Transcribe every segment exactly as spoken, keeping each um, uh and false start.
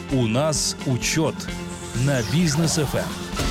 У нас учет на Бизнес эф эм.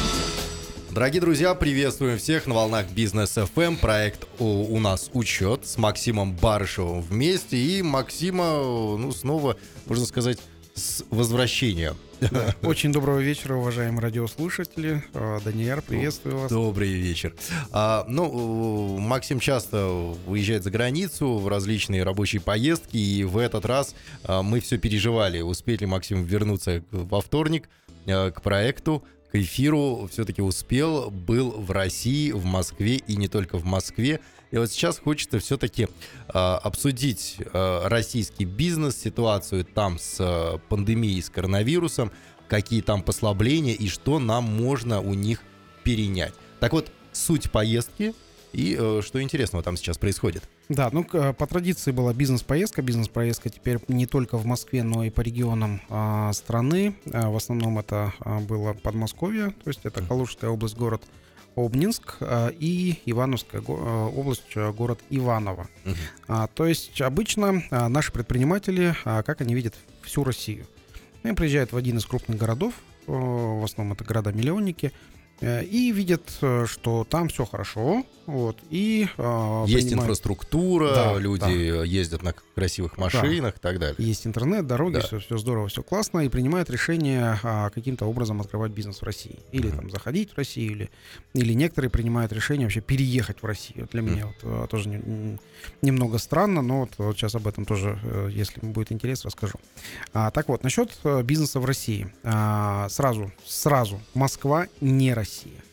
Дорогие друзья, приветствуем всех на волнах Бизнес эф эм. Проект «У, у нас учет» с Максимом Барышевым вместе. И Максима, ну, снова, можно сказать, с возвращением. Да. Очень доброго вечера, уважаемые радиослушатели. Данияр, приветствую вас. Добрый вечер. А, ну, Максим часто уезжает за границу в различные рабочие поездки, и в этот раз а, мы все переживали, успеет ли Максим вернуться во вторник а, к проекту, к эфиру. Все-таки успел, был в России, в Москве и не только в Москве. И вот сейчас хочется все-таки а, обсудить а, российский бизнес, ситуацию там с а, пандемией, с коронавирусом, какие там послабления и что нам можно у них перенять. Так вот, суть поездки и а, что интересного там сейчас происходит. Да, ну по традиции была бизнес-поездка. Бизнес-поездка теперь не только в Москве, но и по регионам а, страны. А, в основном это а, было Подмосковье, то есть это Калужская область, город Обнинск, а, и Ивановская го- а, область, город Иваново. Uh-huh. А, то есть обычно а, наши предприниматели, а, как они видят всю Россию? Они приезжают в один из крупных городов, а, в основном это города-миллионники, и видят, что там все хорошо, вот, и э, есть принимают... инфраструктура, да, люди да. ездят на красивых машинах, да. и так далее. Есть интернет, дороги, да. все, все здорово, все классно, и принимают решение а, каким-то образом открывать бизнес в России. Или mm-hmm. там заходить в Россию, или, или некоторые принимают решение вообще переехать в Россию. Для mm-hmm. меня вот, тоже не, немного странно, но вот, вот сейчас об этом тоже, если будет интерес, расскажу. А, так вот, насчет бизнеса в России. А, сразу, сразу, Москва не Россия.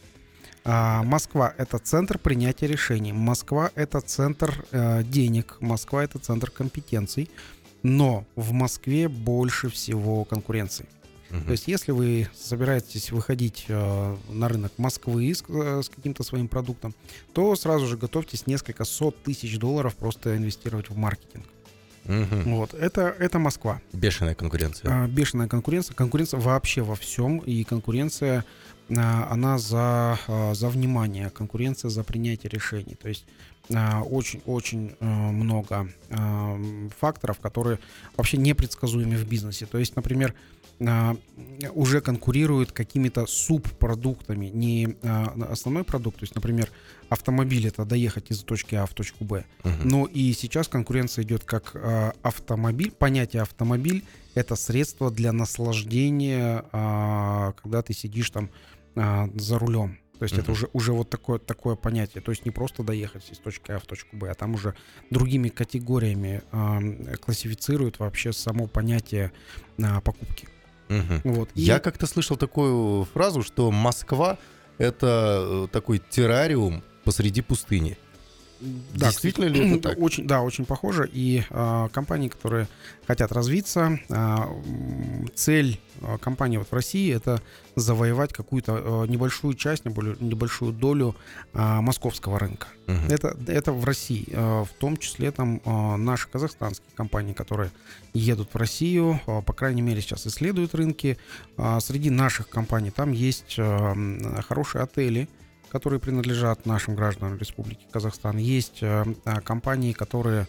А, Москва — это центр принятия решений. Москва — это центр э, денег. Москва — это центр компетенций. Но в Москве больше всего конкуренции. Uh-huh. То есть если вы собираетесь выходить э, на рынок Москвы с, э, с каким-то своим продуктом, то сразу же готовьтесь несколько сот тысяч долларов просто инвестировать в маркетинг. Uh-huh. Вот. Это, это Москва. Бешеная конкуренция. А, бешеная конкуренция. Конкуренция вообще во всем. И конкуренция, а, она за, а, за внимание. Конкуренция за принятие решений. То есть а, очень-очень а, много а, факторов, которые вообще непредсказуемы в бизнесе. То есть, например, а, уже конкурируют какими-то субпродуктами. Не а, основной продукт. То есть, например, автомобиль — это доехать из точки А в точку Б. Uh-huh. Но и сейчас конкуренция идет как а, автомобиль. Понятие автомобиль — это средство для наслаждения, а, когда ты сидишь там а, за рулем. То есть uh-huh. это уже, уже вот такое, такое понятие. То есть не просто доехать из точки А в точку Б, а там уже другими категориями а, классифицируют вообще само понятие а, покупки. Uh-huh. Вот. И... Я как-то слышал такую фразу, что Москва — это такой террариум посреди пустыни. Да, действительно ли это так? Очень, да, очень похоже. И э, компании, которые хотят развиться, э, цель э, компании вот в России — это завоевать какую-то э, небольшую часть, небольшую долю э, московского рынка. Uh-huh. Это, это в России. Э, в том числе там э, наши казахстанские компании, которые едут в Россию, э, по крайней мере, сейчас исследуют рынки. Э, среди наших компаний там есть э, хорошие отели, которые принадлежат нашим гражданам Республики Казахстан. Есть э, компании, которые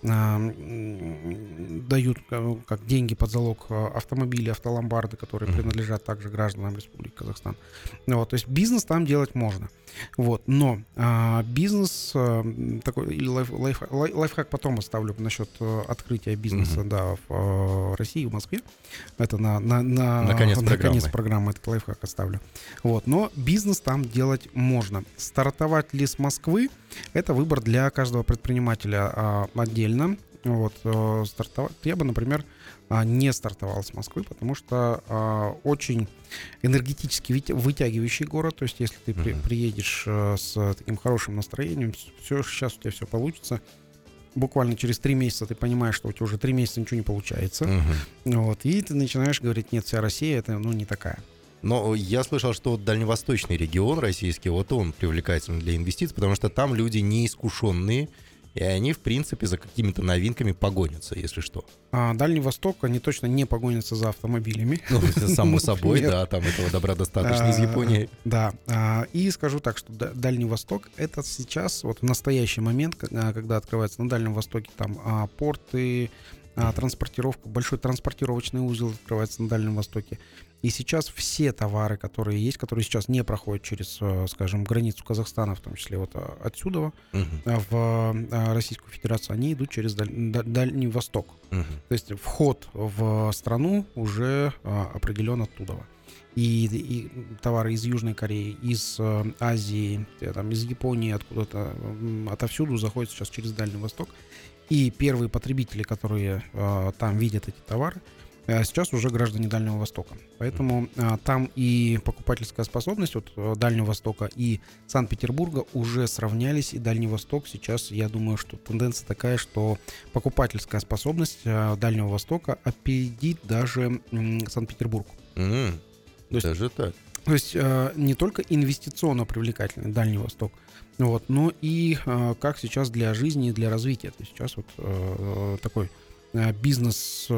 э, дают э, как деньги под залог автомобили, автоломбарды, которые mm-hmm. принадлежат также гражданам Республики Казахстан. Вот, то есть бизнес там делать можно. Вот, но э, бизнес, э, такой, или лайф, лайф, лайф, лайфхак потом оставлю насчет э, открытия бизнеса mm-hmm. да, в э, России, в Москве. Это на, на, на, на конец, на программы. конец программы этот лайфхак оставлю. Вот, но бизнес там делать можно. Стартовать ли с Москвы — это выбор для каждого предпринимателя а, отдельно. Вот, э, стартовать. Я бы, например, а, не стартовал с Москвы, потому что а, очень энергетически вытягивающий город. То есть, если ты mm-hmm. при, приедешь а, с таким хорошим настроением, все, сейчас у тебя все получится. Буквально через три месяца ты понимаешь, что у тебя уже три месяца ничего не получается. Uh-huh. Вот, и ты начинаешь говорить: нет, вся Россия — это ну, не такая. Но я слышал, что вот дальневосточный регион российский, вот он привлекательный для инвестиций, потому что там люди неискушенные, и они, в принципе, за какими-то новинками погонятся, если что. А Дальний Восток, они точно не погонятся за автомобилями. Ну, само собой, да, там этого добра достаточно из Японии. Да, и скажу так, что Дальний Восток — это сейчас, вот в настоящий момент, когда открывается на Дальнем Востоке там порты, а, транспортировка, большой транспортировочный узел открывается на Дальнем Востоке. И сейчас все товары, которые есть, которые сейчас не проходят через, скажем, границу Казахстана, в том числе вот отсюда, uh-huh. в Российскую Федерацию, они идут через Даль... Дальний Восток. Uh-huh. То есть вход в страну уже определен оттуда. И, и товары из Южной Кореи, из Азии, там, из Японии, откуда-то, отовсюду заходят сейчас через Дальний Восток. И первые потребители, которые там видят эти товары, сейчас уже граждане Дальнего Востока. Поэтому а, там и покупательская способность от Дальнего Востока и Санкт-Петербурга уже сравнялись. И Дальний Восток сейчас, я думаю, что тенденция такая, что покупательская способность а, Дальнего Востока опередит даже м, Санкт-Петербург. Mm, то есть, даже так. То есть а, не только инвестиционно привлекательный Дальний Восток, вот, но и а, как сейчас для жизни и для развития. То есть сейчас вот а, такой бизнес,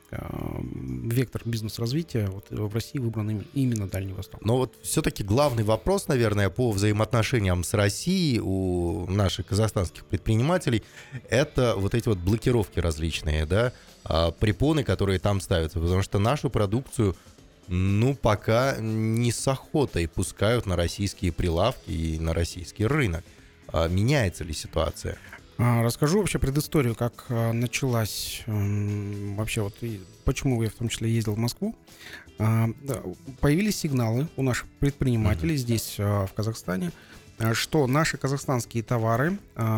вектор бизнес-развития вот в России выбран именно Дальний Восток. Но вот все-таки главный вопрос, наверное, по взаимоотношениям с Россией у наших казахстанских предпринимателей — это вот эти вот блокировки различные, да, препоны, которые там ставятся, потому что нашу продукцию, ну, пока не с охотой пускают на российские прилавки и на российский рынок. Меняется ли ситуация? Расскажу вообще предысторию, как началась вообще вот и почему я в том числе ездил в Москву. Появились сигналы у наших предпринимателей mm-hmm. здесь, в Казахстане, что наши казахстанские товары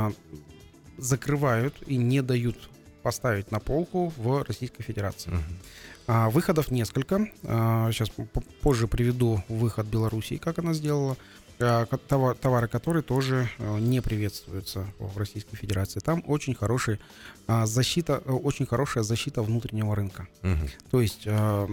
закрывают и не дают поставить на полку в Российской Федерации. Mm-hmm. Выходов несколько. Сейчас позже приведу выход Белоруссии, как она сделала. Товары, которые тоже не приветствуются в Российской Федерации. Там очень хорошая защита, очень хорошая защита внутреннего рынка. Uh-huh. То есть,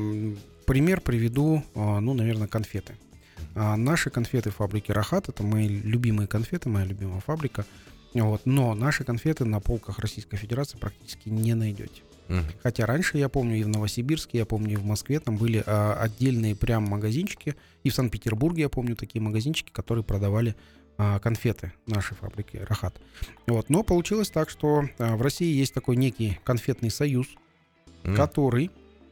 пример приведу, ну, наверное, конфеты. Наши конфеты фабрики Рахат — это мои любимые конфеты, моя любимая фабрика. Вот, но наши конфеты на полках Российской Федерации практически не найдете. Uh-huh. Хотя раньше, я помню, и в Новосибирске, я помню, и в Москве там были а, отдельные прям магазинчики, и в Санкт-Петербурге, я помню, такие магазинчики, которые продавали а, конфеты нашей фабрики Рахат. Вот. Но получилось так, что а, в России есть такой некий конфетный союз, uh-huh. который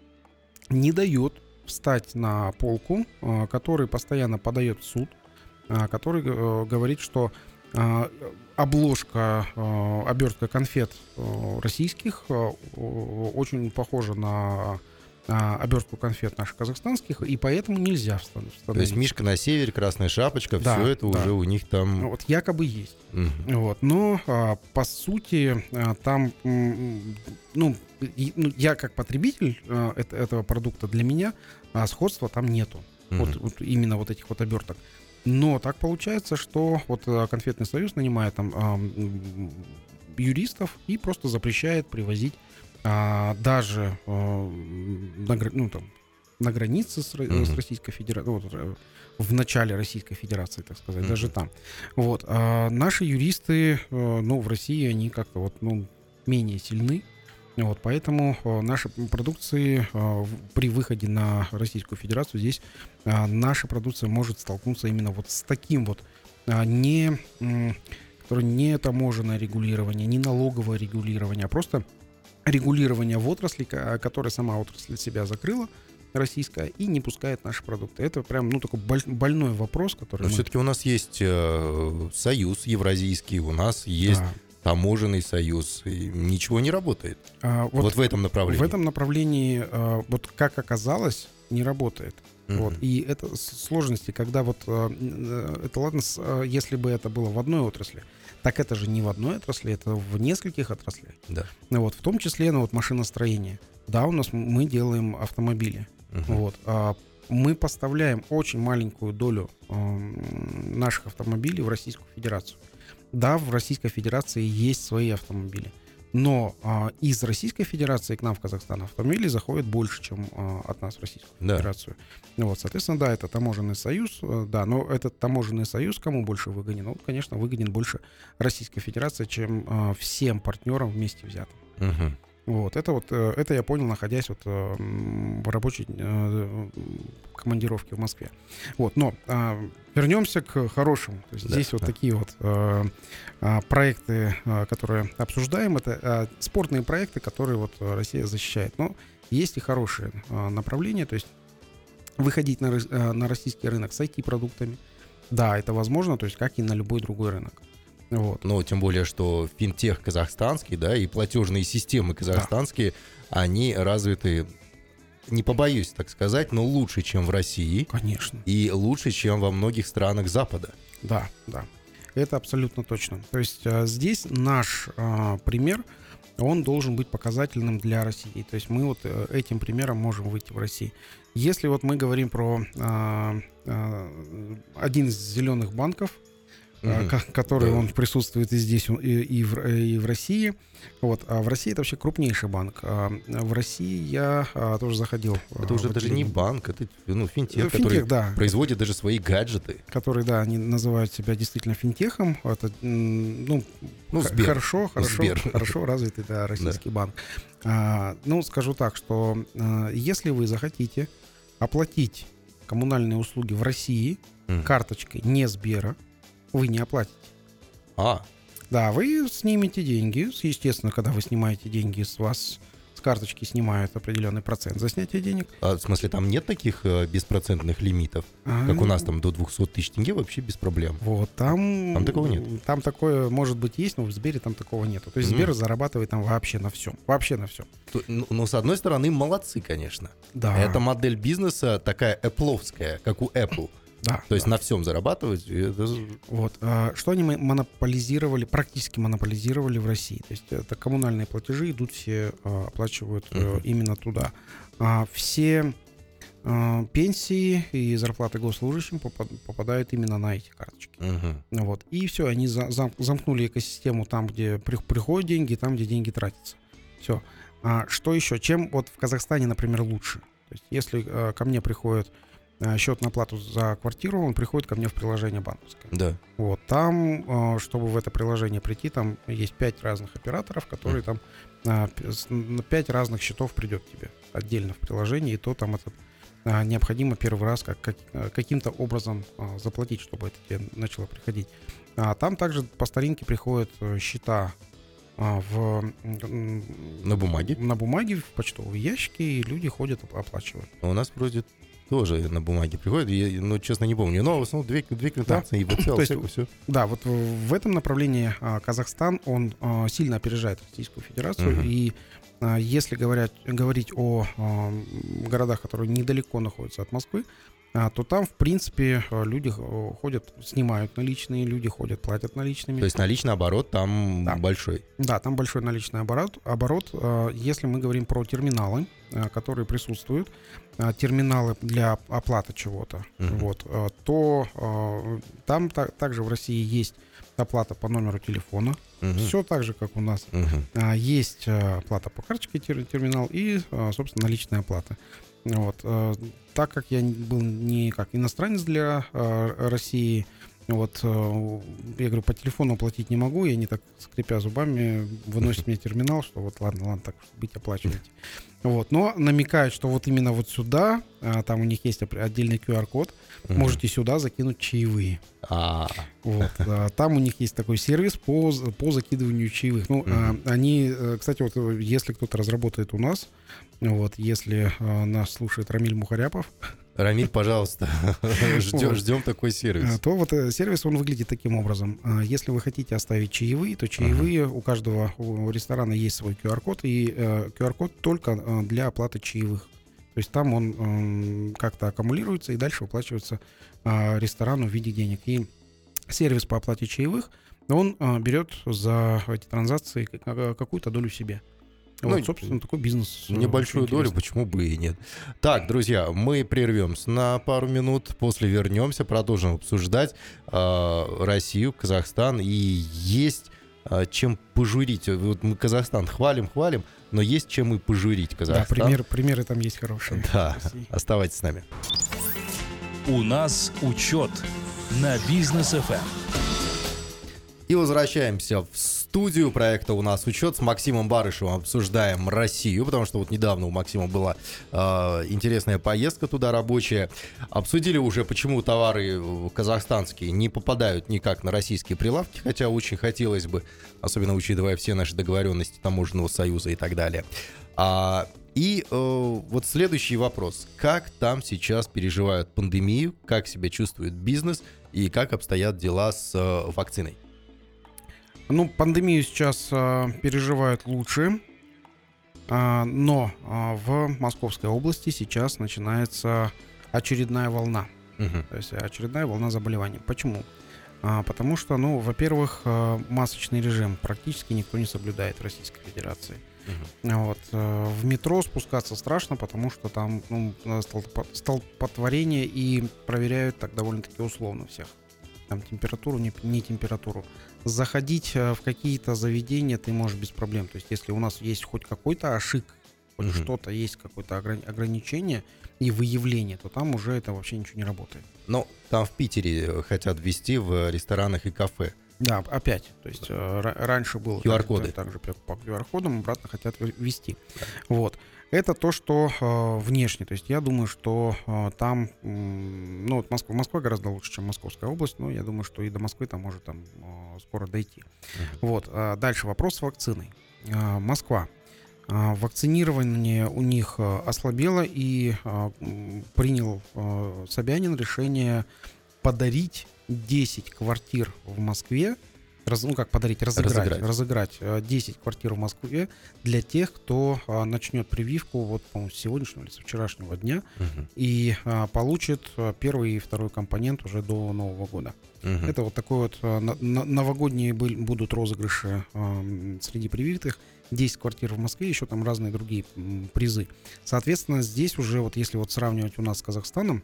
не дает встать на полку, а, который постоянно подает в суд, а, который а, говорит, что а, обложка, э, обертка конфет э, российских э, очень похожа на э, обертку конфет наших казахстанских, и поэтому нельзя встановить. То есть Мишка на севере, Красная Шапочка, да, все это да. уже у них там... Вот, якобы есть. Угу. Вот, но э, по сути э, там, э, ну, и, ну, я как потребитель э, это, этого продукта, для меня э, сходства там нету. Угу. Вот, вот именно вот этих вот оберток. Но так получается, что вот Конфетный союз нанимает там э, юристов и просто запрещает привозить э, даже э, на, ну, там, на границе с, mm-hmm. с Российской Федерацией, вот, в начале Российской Федерации, так сказать, mm-hmm. даже там. Вот. А наши юристы, э, ну, в России они как-то вот, ну, менее сильны. Вот, поэтому э, наши продукции э, при выходе на Российскую Федерацию здесь э, наша продукция может столкнуться именно вот с таким вот э, не, э, которое не таможенное регулирование, не налоговое регулирование, а просто регулирование в отрасли, которое сама отрасль себя закрыла, российская, и не пускает наши продукты. Это прям, ну, такой больной вопрос, который... Но мы... все-таки у нас есть э, союз евразийский, у нас есть... Да. Таможенный союз, и ничего не работает. А, вот, вот в этом направлении. В этом направлении, а, вот как оказалось, не работает. Uh-huh. Вот. И это сложности, когда вот а, это ладно, а, если бы это было в одной отрасли, так это же не в одной отрасли, это в нескольких отраслях. Да. Вот, в том числе, ну, вот машиностроение. Да, у нас мы делаем автомобили. Uh-huh. Вот. А, мы поставляем очень маленькую долю а, наших автомобилей в Российскую Федерацию. Да, в Российской Федерации есть свои автомобили, но а, из Российской Федерации к нам в Казахстан автомобилей заходит больше, чем а, от нас в Российскую да. Федерацию. Вот, соответственно, да, это таможенный союз, да, но этот таможенный союз кому больше выгоден? Ну, конечно, выгоден больше Российской Федерации, чем а, всем партнерам вместе взятым. Угу. Вот, это вот, э, это я понял, находясь вот э, в рабочей э, командировке в Москве. Вот, но э, вернемся к хорошему. То есть Да, здесь вот да. такие вот э, э, проекты, э, которые обсуждаем, это э, спортные проекты, которые вот Россия защищает. Но есть и хорошие э, направления, то есть выходить на, рос- э, на российский рынок с ай ти-продуктами. Да, это возможно, то есть как и на любой другой рынок. Вот. Ну, тем более, что финтех казахстанский, да, и платежные системы казахстанские, они развиты, не побоюсь так сказать, но лучше, чем в России. Конечно. И лучше, чем во многих странах Запада. Да, да. Это абсолютно точно. То есть а, здесь наш а, пример, он должен быть показательным для России. То есть мы вот э, этим примером можем выйти в России. Если вот мы говорим про а, а, один из зеленых банков, Мгм. ко- который Да. он присутствует и здесь, и, и, в, и в России. Вот. А в России это вообще крупнейший банк. А в России я а, тоже заходил. Это а, уже в даже не отделение. банк, это ну, финтех, Финтех, который да. производит даже свои гаджеты. Которые, да, они называют себя действительно финтехом. Это, м, ну, Ну, х- Сбер. хорошо, хорошо, Сбер. хорошо развитый, да, российский банк. А, ну, скажу так, что а, если вы захотите оплатить коммунальные услуги в России Мгм. карточкой не Сбера, вы не оплатите. А, Да, вы снимете деньги. Естественно, когда вы снимаете деньги, с вас с карточки снимают определенный процент за снятие денег. а в смысле, там нет таких э, беспроцентных лимитов, А, как у нас там до двухсот тысяч тенге вообще без проблем. Вот, там... Там такого нет? Там такое, может быть, есть, но в Сбере там такого нету. То есть Мгм. Сбер зарабатывает там вообще на всем. Вообще на всем. То- Ну, ну, с одной стороны, молодцы, конечно. Да. Эта модель бизнеса такая Apple'овская, как у Apple. Да. То есть да. на всем зарабатывать. и это- Вот. а, Что они мо- монополизировали, практически монополизировали в России. То есть это коммунальные платежи идут все, а, оплачивают э, Мгм. именно туда. А все а, пенсии и зарплаты госслужащим попад- попадают именно на эти карточки. Мгм. Вот. И все, они за- зам- замкнули экосистему там, где при- приходят деньги, и там, где деньги тратятся. Все. А что еще? Чем вот в Казахстане, например, лучше? То есть если э, ко мне приходит э, счет на плату за квартиру, он приходит ко мне в приложение банковское. Да. Вот. Там, э, чтобы в это приложение прийти, там есть пять разных операторов, которые там э, п- с- на пять разных счетов придет к тебе отдельно в приложении, и то там это э, необходимо первый раз как, как, э, каким-то образом э, заплатить, чтобы это тебе начало приходить. А там также по старинке приходят э, счета а, в, м, На бумаге. на бумаге, в почтовые ящики, и люди ходят, оп- оплачивают. А у нас вроде тоже на бумаге приходит. Я, ну, честно, не помню. Но в основном две, две квитанции, и вот То есть все. Да, вот в, в этом направлении а, Казахстан, он а, сильно опережает Российскую Федерацию. Мгм. И а, если говорят, говорить о а, городах, которые недалеко находятся от Москвы, а, то там, в принципе, а, люди а, ходят, снимают наличные, люди ходят, платят наличными. То есть наличный оборот там Да. большой. Да, там большой наличный оборот. оборот. а, Если мы говорим про терминалы, а, которые присутствуют, а, терминалы для оплаты чего-то, Мгм. вот, а, то а, там та- также в России есть оплата по номеру телефона. Мгм. Все так же, как у нас. Мгм. А, Есть а, оплата по карточке тер- терминал и, а, собственно, наличная оплата. Вот. а, Так как я был не как иностранец для а, России, вот, а, я говорю, по телефону оплатить не могу, и они так, скрипя зубами, выносят мне терминал, что вот ладно, ладно, так быть, оплачивайте. Вот. Но намекают, что вот именно вот сюда, а, там у них есть опре- отдельный ку ар-код, Мгм. можете сюда закинуть чаевые. А, Вот. а, Там у них есть такой сервис по, з- по закидыванию чаевых. Ну, а, Мгм. они, э, кстати, вот э, если кто-то разработает у нас, вот, если а, нас слушает Рамиль Мухаряпов, Рамиль, пожалуйста, ждем, Вот. ждем такой а, сервис. то вот э, сервис, он выглядит таким образом. А, Если вы хотите оставить чаевые, то чаевые у каждого у ресторана есть свой ку ар-код, и э, ку ар-код только э, для оплаты чаевых. То есть там он м, как-то аккумулируется и дальше выплачивается а, ресторану в виде денег. И сервис по оплате чаевых, он а, берет за эти транзакции как- а, какую-то долю себе. Ну, Вот, собственно, такой бизнес. э, Небольшую очень долю, интересный. почему бы и нет. Так, друзья, мы прервемся на пару минут, после вернемся, продолжим обсуждать э, Россию, Казахстан, и есть э, чем пожурить. Вот мы Казахстан хвалим, хвалим, но есть чем и пожурить Да, Казахстан. пример, примеры там есть хорошие. Да, России. оставайтесь с нами. У нас учет на бизнес эф эм. И возвращаемся в студию. студию проекта «У нас учет». С Максимом Барышевым обсуждаем Россию, потому что вот недавно у Максима была э, интересная поездка туда рабочая. Обсудили уже, почему товары казахстанские не попадают никак на российские прилавки, хотя очень хотелось бы, особенно учитывая все наши договоренности таможенного союза и так далее. А, и э, вот следующий вопрос. Как там сейчас переживают пандемию, как себя чувствует бизнес и как обстоят дела с э, вакциной? Ну, пандемию сейчас э, переживают лучше, э, но э, в Московской области сейчас начинается очередная волна. Угу. То есть очередная волна заболеваний. Почему? А, потому что, ну, во-первых, э, масочный режим практически никто не соблюдает в Российской Федерации. Угу. Вот, э, в метро спускаться страшно, потому что там ну, столпо- столпотворение и проверяют так довольно-таки условно всех. Там температуру, не, не температуру. Заходить в какие-то заведения ты можешь без проблем. То есть если у нас есть хоть какой-то ошиб, хоть Мгм. что-то есть, какое-то ограни- ограничение и выявление, то там уже это вообще ничего не работает. Но там в Питере хотят ввести в ресторанах и кафе. Да, опять. То есть э, ра- раньше было ку ар коды. так, так же по ку ар кодам, обратно хотят в- ввести. Вот. Это то, что э, внешне. То есть я думаю, что э, там, м, ну вот Москва, Москва гораздо лучше, чем Московская область, но я думаю, что и до Москвы там может там э, скоро дойти. Вот. А дальше вопрос с вакциной. А, Москва. А, Вакцинирование у них э, ослабело, и а, м, принял э, Собянин решение подарить десять квартир в Москве, раз- ну как подарить, разыграть, Разыграть. разыграть, э, десять квартир в Москве для тех, кто а, начнет прививку вот, по-моему, с сегодняшнего или с вчерашнего дня Мгм. и а, получит а, первый и второй компонент уже до Нового года. Мгм. Это вот такой вот а, на- на- новогодние были- будут розыгрыши а, м, среди привитых. десять квартир в Москве, еще там разные другие м, призы. Соответственно, здесь уже, вот если вот сравнивать у нас с Казахстаном,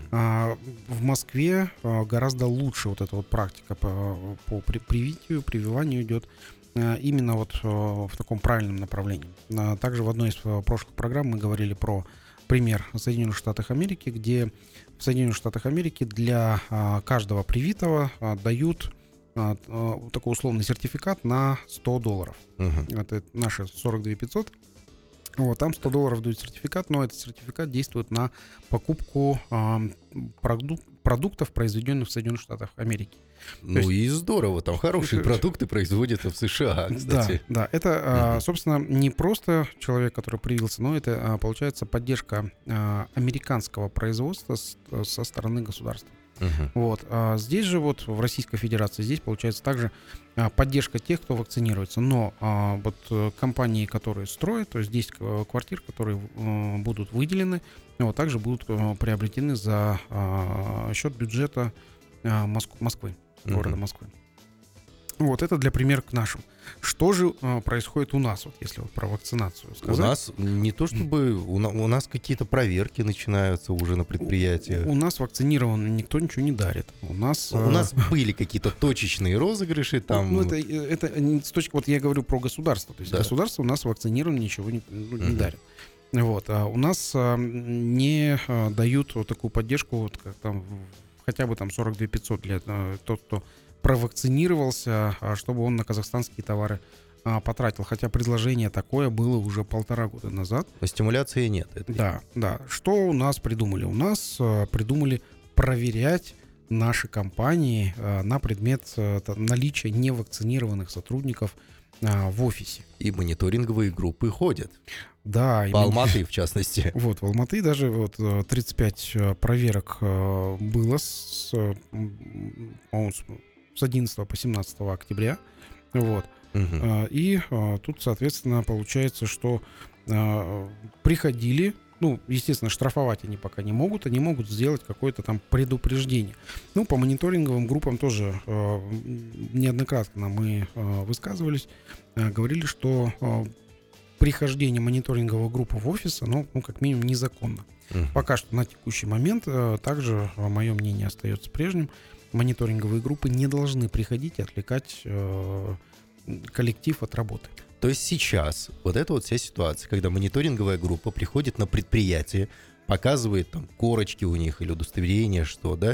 а, в Москве а, гораздо лучше вот эта вот практика по, по при- привитию, прививанию идет а, именно вот а, в таком правильном направлении. А, Также в одной из а, прошлых программ мы говорили про пример Соединенных Штатов Америки, где в Соединенных Штатах Америки для а, каждого привитого а, дают а, а, такой условный сертификат на сто долларов. Мгм. Это наши сорок две пятьсот. Вот, там сто долларов дают сертификат, но этот сертификат действует на покупку а, проду- продуктов, произведенных в Соединенных Штатах Америки. Ну есть- и здорово, там хорошие Это- продукты производятся в США, кстати. Да, да, это, а, Мгм. собственно, не просто человек, который привился, но это, а, получается, поддержка а, американского производства с- со стороны государства. Мгм. Вот. А здесь же вот в Российской Федерации здесь получается также а, поддержка тех, кто вакцинируется. Но а, вот э, компании, которые строят, то есть десять э, квартир, которые э, будут выделены, вот, также будут э, приобретены за а, счет бюджета а, Моск- Москвы, города Мгм. Москвы. Вот это для примера к нашим. Что же а, происходит у нас, вот если вот про вакцинацию У сказать? нас не то чтобы... У, на- у нас какие-то проверки начинаются уже на предприятиях. У нас вакцинированным никто ничего не дарит. У нас... У а, нас были какие-то точечные розыгрыши, там... Ну, это, это не с точки, вот я говорю про государство. То есть Да. государство у нас вакцинированным ничего не, ну, не Мгм. дарит. Вот. А у нас а, не а, дают вот такую поддержку, вот, как там, в- хотя бы там сорок две пятьсот для а, тот, кто провакцинировался, а, чтобы он на казахстанские товары а, потратил. Хотя предложение такое было уже полтора года назад. Но стимуляции нет. Это- Да, да. Что у нас придумали? У нас а, придумали проверять наши компании а, на предмет а, та- наличия невакцинированных сотрудников а, в офисе. И мониторинговые группы ходят. Да, и По мы- Алматы, в частности. Вот, в Алматы даже вот э, тридцать пять э, проверок э, было с, э, м, по-моему, с с одиннадцатого по семнадцатое октября. Вот. Мгм. А, И а, тут, соответственно, получается, что а, приходили, ну, естественно, штрафовать они пока не могут, они могут сделать какое-то там предупреждение. Ну, по мониторинговым группам тоже а, м, неоднократно мы а, высказывались, а, говорили, что а, прихождение мониторинговой группы в офис, оно, ну, как минимум, незаконно. Мгм. Пока что на текущий момент а, также а, мое мнение остается прежним. Мониторинговые группы не должны приходить и отвлекать э, коллектив от работы. То есть сейчас вот эта вот вся ситуация, когда мониторинговая группа приходит на предприятие, показывает там корочки у них или удостоверения, что, да,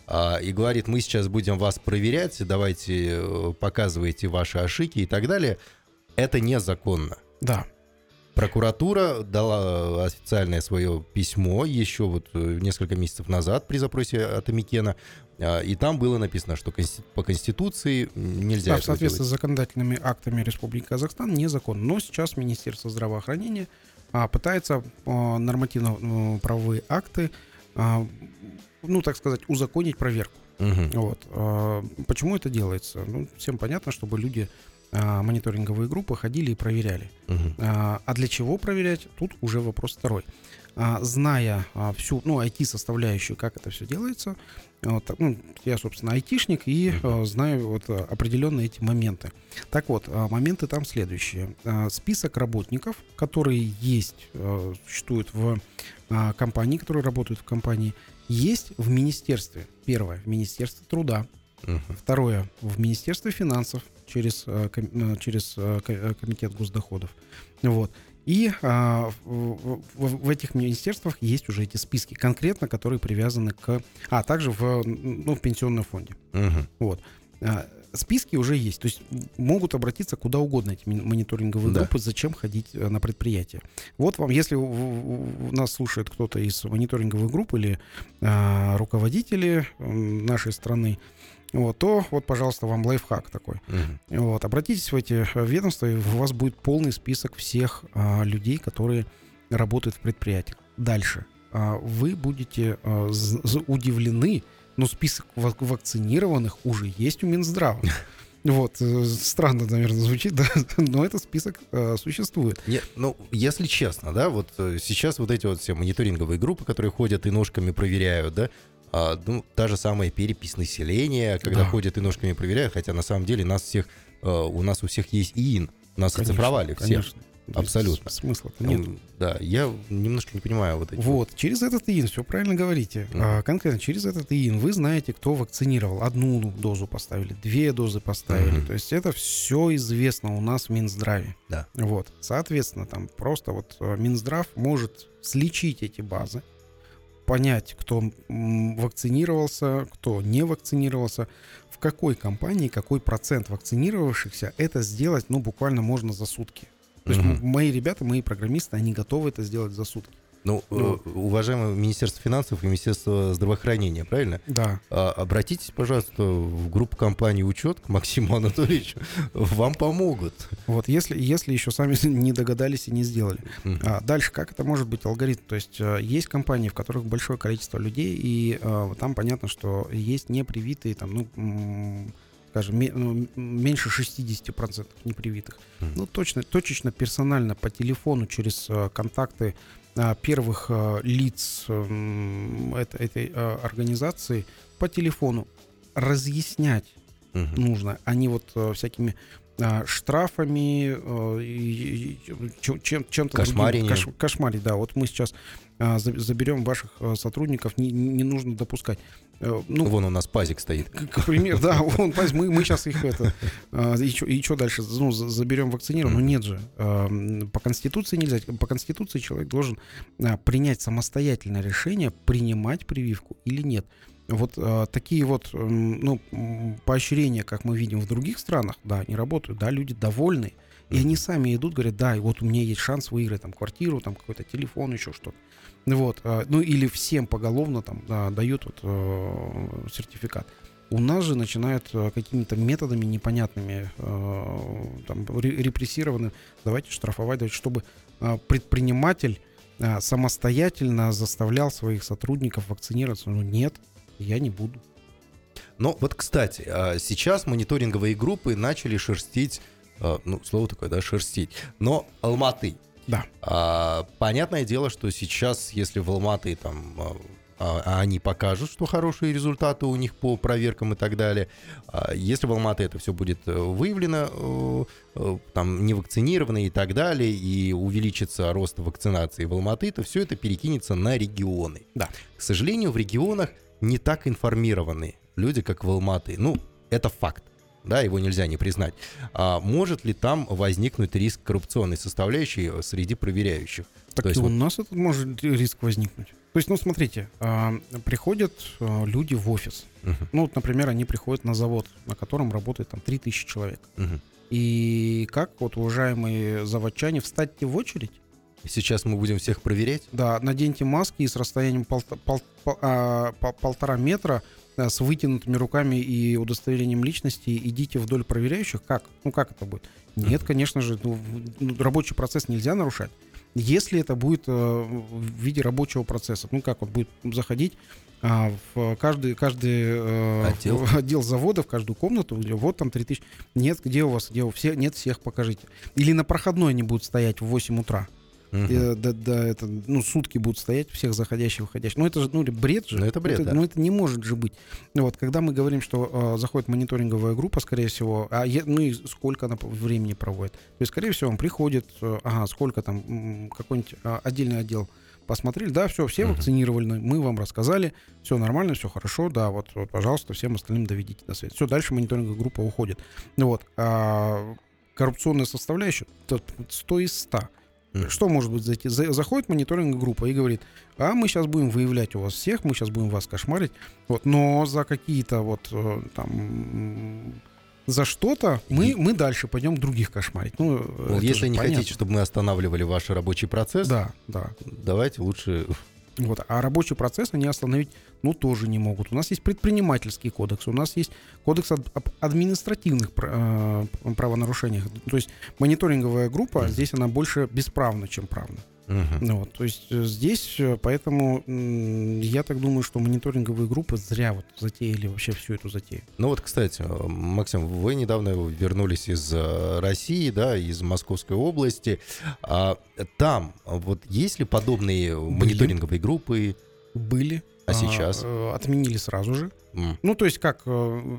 а, и говорит, мы сейчас будем вас проверять, давайте э, показывайте ваши ошибки и так далее, это незаконно. Да. Прокуратура дала официальное свое письмо еще вот несколько месяцев назад при запросе от Амикена, и там было написано, что по Конституции нельзя Да, этого в соответствии делать. с законодательными актами Республики Казахстан незаконно. Но сейчас Министерство здравоохранения а, пытается а, нормативно-правовые акты, а, ну, так сказать, узаконить проверку. Угу. Вот. А, почему это делается? Ну, всем понятно, чтобы люди, а, мониторинговые группы, ходили и проверяли. Угу. А, а для чего проверять? Тут уже вопрос второй. А, зная а, всю, ну, ай ти-составляющую, как это все делается, вот, ну, я, собственно, айтишник и а, знаю вот определенные эти моменты. Так вот, а, моменты там следующие. А, список работников, которые есть, а, существуют в а, компании, которые работают в компании, есть в министерстве. Первое, в Министерстве труда. Угу. Второе, в Министерстве финансов через, а, ком, через а, комитет госдоходов. Вот. И а, в, в, в этих министерствах есть уже эти списки конкретно, которые привязаны к... А, также в, ну, в пенсионном фонде. Угу. Вот. А, списки уже есть. То есть могут обратиться куда угодно эти мониторинговые Да. группы, зачем ходить на предприятие. Вот вам, если у, у, у нас слушает кто-то из мониторинговых групп или а, руководители м, нашей страны, вот, то вот, пожалуйста, вам лайфхак такой. Угу. Вот, обратитесь в эти ведомства, и у вас будет полный список всех а, людей, которые работают в предприятиях. Дальше. А, вы будете а, з- з- удивлены, но список вак- вакцинированных уже есть у Минздрава. Вот, э, странно, наверное, звучит, да, но этот список а, существует. Не, ну, если честно, да, вот э, сейчас вот эти вот все мониторинговые группы, которые ходят и ножками проверяют, да, а, ну, та же самая перепись населения, когда Да. ходят и ножками проверяют, хотя на самом деле нас всех, э, у нас у всех есть ИИН, нас Конечно, оцифровали всех. конечно. Абсолютно. С- Смысла-то нет. М, Да, я немножко не понимаю вот эти. Вот, через этот ИИН, все правильно говорите. Мгм. А, конкретно через этот ИИН вы знаете, кто вакцинировал. Одну дозу поставили, две дозы поставили. Мгм. То есть это все известно у нас в Минздраве. Да. Вот, соответственно, там просто вот э, Минздрав может сличить эти базы, понять, кто м, вакцинировался, кто не вакцинировался, в какой компании, какой процент вакцинировавшихся, это сделать, ну, буквально можно за сутки. То есть Мгм. м- мои ребята, мои программисты, они готовы это сделать за сутки. Ну, Ну. э, уважаемое Министерство финансов и Министерство здравоохранения, правильно? Да. А, обратитесь, пожалуйста, в группу компании «Учет» к Максиму Анатольевичу. Вам помогут. Вот, если, если еще сами не догадались и не сделали. Мгм. А дальше, как это может быть алгоритм? То есть э, есть компании, в которых большое количество людей, и э, там понятно, что есть непривитые, там, ну, м, скажем, ме- ну, м, меньше шестьдесят процентов непривитых. Мгм. Ну, точно, точечно, персонально, по телефону, через э, контакты э, первых э, лиц э, это- этой э, организации, по телефону разъяснять Мгм. нужно, а не вот э, всякими а, штрафами, э, и- и- чем, чем- чем-то Кошмарением. другим. Кош- кошмарить, да. Вот мы сейчас а, за- заберем ваших а, сотрудников, не, не нужно допускать. Э, ну, Вон у нас пазик стоит. к, к примеру, да, вон, понимаете, мы, мы сейчас их это, а, и что и чё дальше, ну, за- заберем, вакцинируем, но нет же, а, м, по Конституции нельзя, по Конституции человек должен а, принять самостоятельное решение, принимать прививку или нет. Вот а, такие вот, м, ну, м, поощрения, как мы видим в других странах, да, они работают, да, люди довольны, и они сами идут, говорят, да, и вот у меня есть шанс выиграть там квартиру, там какой-то телефон, еще что-то. Ну вот, а, ну или всем поголовно там да, дают вот э, сертификат. У нас же начинают э, какими-то методами непонятными, э, там, ре- репрессированными, давайте штрафовать, давайте, чтобы э, предприниматель э, самостоятельно заставлял своих сотрудников вакцинироваться. Ну нет, я не буду. Но вот, кстати, а, сейчас мониторинговые группы начали шерстить, а, ну, слово такое, да, шерстить, но Алматы. Да. А, понятное дело, что сейчас, если в Алматы там а, а, они покажут, что хорошие результаты у них по проверкам и так далее, а, если в Алматы это все будет э, выявлено, э, э, там невакцинированные и так далее, и увеличится рост вакцинации в Алматы, то все это перекинется на регионы. Да. К сожалению, в регионах не так информированы люди, как в Алматы. Ну, это факт. Да, его нельзя не признать. А может ли там возникнуть риск коррупционной составляющей среди проверяющих? Так То и есть у вот- нас этот может риск возникнуть. То есть, ну, смотрите, э, приходят э, люди в офис. Мгм. Ну, вот, например, они приходят на завод, на котором работает там три тысячи человек. Мгм. И как, вот, уважаемые заводчане, встаньте в очередь, Сейчас мы будем всех проверять. да, наденьте маски и с расстоянием полта- пол- пол- а, по- полтора метра а, с вытянутыми руками и удостоверением личности идите вдоль проверяющих. Как? Ну, как это будет? Нет, конечно же, ну, в- ну, рабочий процесс нельзя нарушать. Если это будет э, в виде рабочего процесса, ну, как вот будет заходить а, в каждый, каждый э, Отдел. в отдел завода, в каждую комнату, где вот там три тысячи. Нет, где у вас, где у всех, нет, всех покажите. Или на проходной они будут стоять в восемь утра. Мгм. Э, да, да, это, ну, сутки будут стоять всех заходящих, выходящих. Ну, это же, ну, бред же. Ну, это бред, да. Ну, это не может же быть. Вот, когда мы говорим, что э, заходит мониторинговая группа, скорее всего, а е- ну и сколько она по- времени проводит. То есть, скорее всего, он приходит, э, ага, сколько там, м, какой-нибудь э, отдельный отдел посмотрели, да, все, все Мгм. вакцинированы, мы вам рассказали, все нормально, все хорошо, да, вот, вот, пожалуйста, всем остальным доведите до света. Все, дальше мониторинговая группа уходит. Вот. А коррупционная составляющая тут сто из ста. Мгм. Что может быть зайти? За- Заходит мониторинговая группа и говорит, а мы сейчас будем выявлять у вас всех, мы сейчас будем вас кошмарить, вот, но за какие-то вот э, там м, за что-то мы, И- мы дальше пойдем других кошмарить. Ну, Мол, это если же не понятно. хотите, чтобы мы останавливали ваш рабочий процесс, Да, да. давайте лучше... Вот. А рабочий процесс они остановить, ну, тоже не могут. У нас есть предпринимательский кодекс, у нас есть кодекс об об административных пр- э, правонарушениях. То есть мониторинговая группа, Мгм. здесь она больше бесправна, чем правна. Мгм. Ну, вот, то есть э, здесь, э, поэтому м, я так думаю, что мониторинговые группы зря вот затеяли вообще всю эту затею. Ну вот, кстати, э, Максим, вы недавно вернулись из э, России, да, из Московской области. А там вот есть ли подобные мониторинговые группы? Были. А сейчас? э, отменили сразу же. М. Ну, то есть как... э,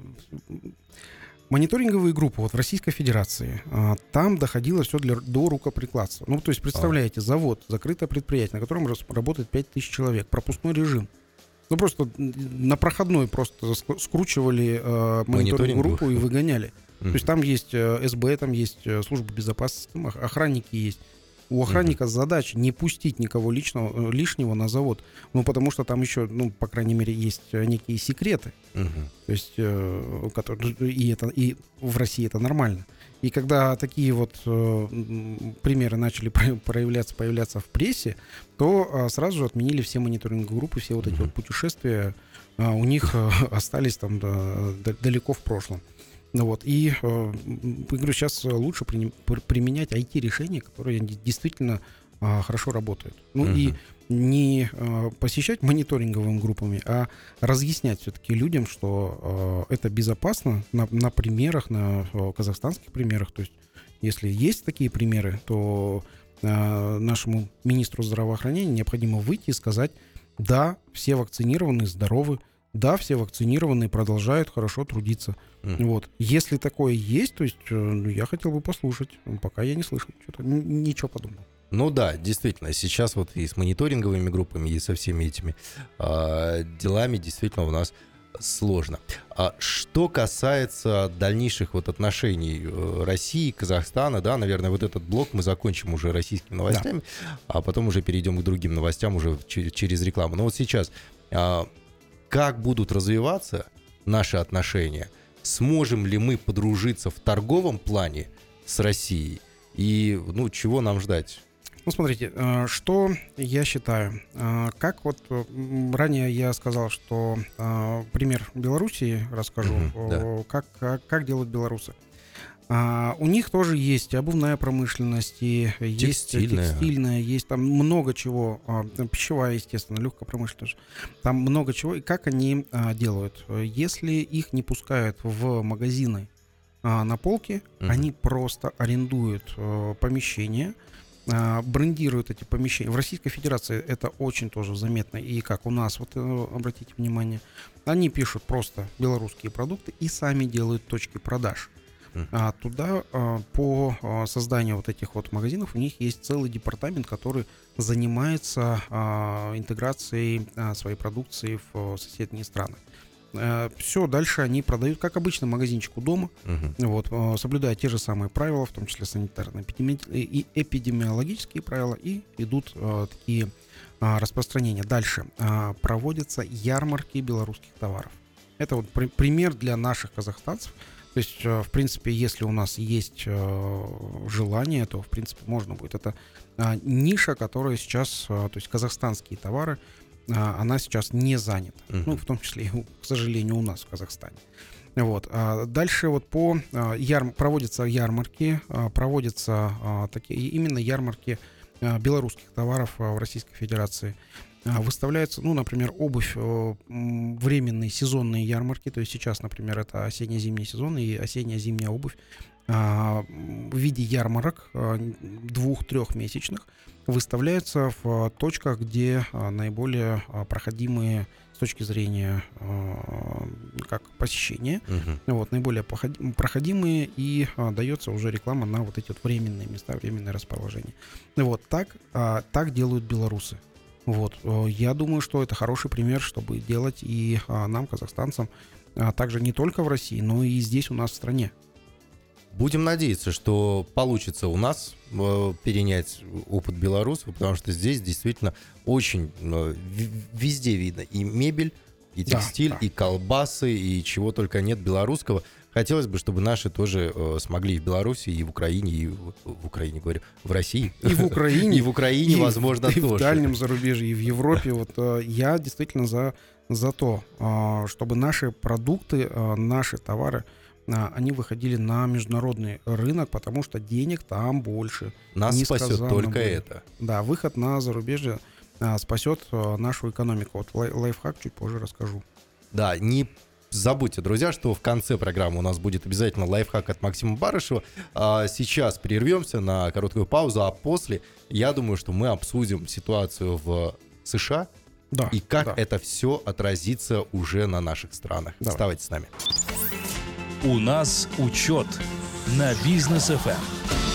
мониторинговые группы вот в Российской Федерации, а, там доходило все для, до рукоприкладства. Ну, то есть, представляете, завод, закрытое предприятие, на котором рас- работает пять тысяч человек, пропускной режим. Ну, просто на проходной просто ск- скручивали э, мониторинговую Мониторинговую. группу и выгоняли. Мгм. То есть там есть э, эс бэ, там есть э, служба безопасности, там ох- охранники есть. У охранника задача не пустить никого личного, э, лишнего на завод. Ну, потому что там еще, ну, по крайней мере, есть э, некие секреты. Мгм. То есть, э, которые, и, это, и в России это нормально. И когда такие вот э, м, примеры начали про- проявляться, появляться в прессе, то э, сразу же отменили все мониторинговые группы, все вот эти Мгм. вот путешествия э, у них э, остались там да, да- далеко в прошлом. Ну вот, и, э, м, я говорю, сейчас лучше приним- пр- применять ай ти-решения, которые де- действительно э, хорошо работают. Ну и Мгм. не э, посещать мониторинговыми группами, а разъяснять все-таки людям, что э, это безопасно на, на примерах, на э, казахстанских примерах. То есть, если есть такие примеры, то э, нашему министру здравоохранения необходимо выйти и сказать, да, все вакцинированы, здоровы, да, все вакцинированные продолжают хорошо трудиться. Мгм. Вот. Если такое есть, то есть, э, ну, я хотел бы послушать. Пока я не слышал что-то, н- ничего подобного. Ну да, действительно, сейчас вот и с мониторинговыми группами, и со всеми этими а, делами действительно у нас сложно. А что касается дальнейших вот отношений э, России, Казахстана, да, наверное, вот этот блок мы закончим уже российскими новостями, а потом уже перейдем к другим новостям уже че- через рекламу. Но вот сейчас, а, как будут развиваться наши отношения? Сможем ли мы подружиться в торговом плане с Россией? И, ну, чего нам ждать? Ну, смотрите, э, что я считаю. Э, Как вот э, м, ранее я сказал, что э, пример Белоруссии расскажу, Мгм, э, да. как, как, как делают белорусы. А, у них тоже есть обувная промышленность, и есть Текстильная. текстильная, есть там много чего, а, там пищевая, естественно, легкая промышленность. Там много чего. И как они а, делают? Если их не пускают в магазины а, на полке, Мгм. они просто арендуют э, помещения, а, брендируют эти помещения. В Российской Федерации это очень тоже заметно. И как у нас, вот э, обратите внимание, они пишут просто белорусские продукты и сами делают точки продаж. А туда а, по а, созданию вот этих вот магазинов у них есть целый департамент, который занимается а, интеграцией а, своей продукции в а, соседние страны. Все, дальше они продают, как обычно, магазинчик у дома, Мгм. вот, э, соблюдая те же самые правила, в том числе санитарные и эпидемиологические правила, и идут э, такие а, распространения. Дальше а, проводятся ярмарки белорусских товаров. Это вот при- пример для наших казахстанцев. То есть, э, в принципе, если у нас есть э, желание, то, в принципе, можно будет. Это а, ниша, которая сейчас, а, то есть казахстанские товары, а, она сейчас не занята. Мгм. Ну, в том числе, и, у- к сожалению, у нас в Казахстане. Вот. А дальше вот по а, яр... проводятся ярмарки, а, проводятся а, такие именно ярмарки а, белорусских товаров а, в Российской Федерации. А, Выставляются, ну, например, обувь, э, м, временные сезонные ярмарки. То есть сейчас, например, это осенне-зимний сезон и осенне-зимняя обувь а, м, в виде ярмарок а, двух-трехмесячных выставляются в а, точках, где а, наиболее а, проходимые с точки зрения а, как посещения, Мгм. вот, наиболее походи- проходимые, и а, дается уже реклама на вот эти вот временные места, временное расположение. Вот так, а, так делают белорусы. Вот, э, я думаю, что это хороший пример, чтобы делать и а, нам, казахстанцам, а также не только в России, но и здесь у нас в стране. Будем надеяться, что получится у нас э, перенять опыт белорусов, потому что здесь действительно очень э, ви- везде видно и мебель, и Да, текстиль, да. и колбасы, и чего только нет белорусского. Хотелось бы, чтобы наши тоже э, смогли и в Беларуси, и в Украине, и в, в Украине, говорю, в России. И в Украине, И в Украине, и в- возможно, и в тоже. дальнем зарубежье, и в Европе. Вот э, я действительно за, за то, а, чтобы наши продукты, а, наши товары, а, они выходили на международный рынок, потому что денег там больше. Нас спасет несказанно только более. это. Да, выход на зарубежье а, спасет а, нашу экономику. Вот лай- лайфхак чуть позже расскажу. Да, не забудьте, друзья, что в конце программы у нас будет обязательно лайфхак от Максима Барышева. А сейчас прервемся на короткую паузу, а после, я думаю, что мы обсудим ситуацию в США Да, и как да. это все отразится уже на наших странах. Давай. Оставайтесь с нами. У нас учет на Бизнес эф эм.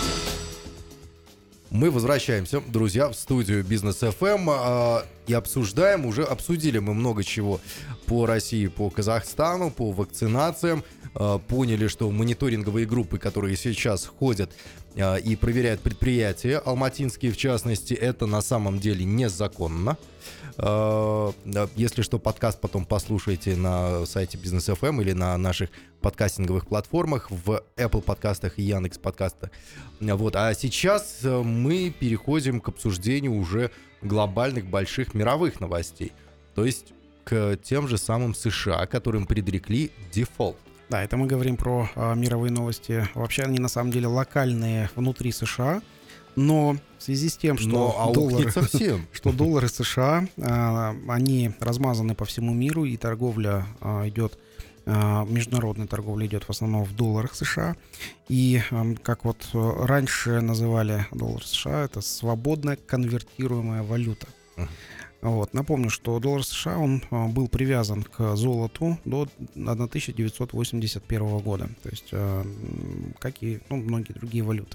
Мы возвращаемся, друзья, в студию Бизнес эф эм а, и обсуждаем, уже обсудили мы много чего по России, по Казахстану, по вакцинациям. А, поняли, что мониторинговые группы, которые сейчас ходят а, и проверяют предприятия, алматинские в частности, это на самом деле незаконно. А, да, если что, подкаст потом послушайте на сайте Бизнес эф эм или на наших подкастинговых платформах, в Apple подкастах и Яндекс подкастах. Вот. А сейчас э, мы переходим к обсуждению уже глобальных больших мировых новостей. То есть к тем же самым США, которым предрекли дефолт. Да, это мы говорим про а, мировые новости. Вообще они на самом деле локальные внутри США, но в связи с тем, что Но доллары, аукнется всем. что доллары США, а, они размазаны по всему миру, и торговля а, идет, а, международная торговля идет в основном в долларах США. И ам, как вот э, раньше называли доллар США, это свободно конвертируемая валюта. Мгм. Вот. Напомню, что доллар США, он а, был привязан к золоту до тысяча девятьсот восемьдесят первого года, то есть а, м, как и ну, многие другие валюты.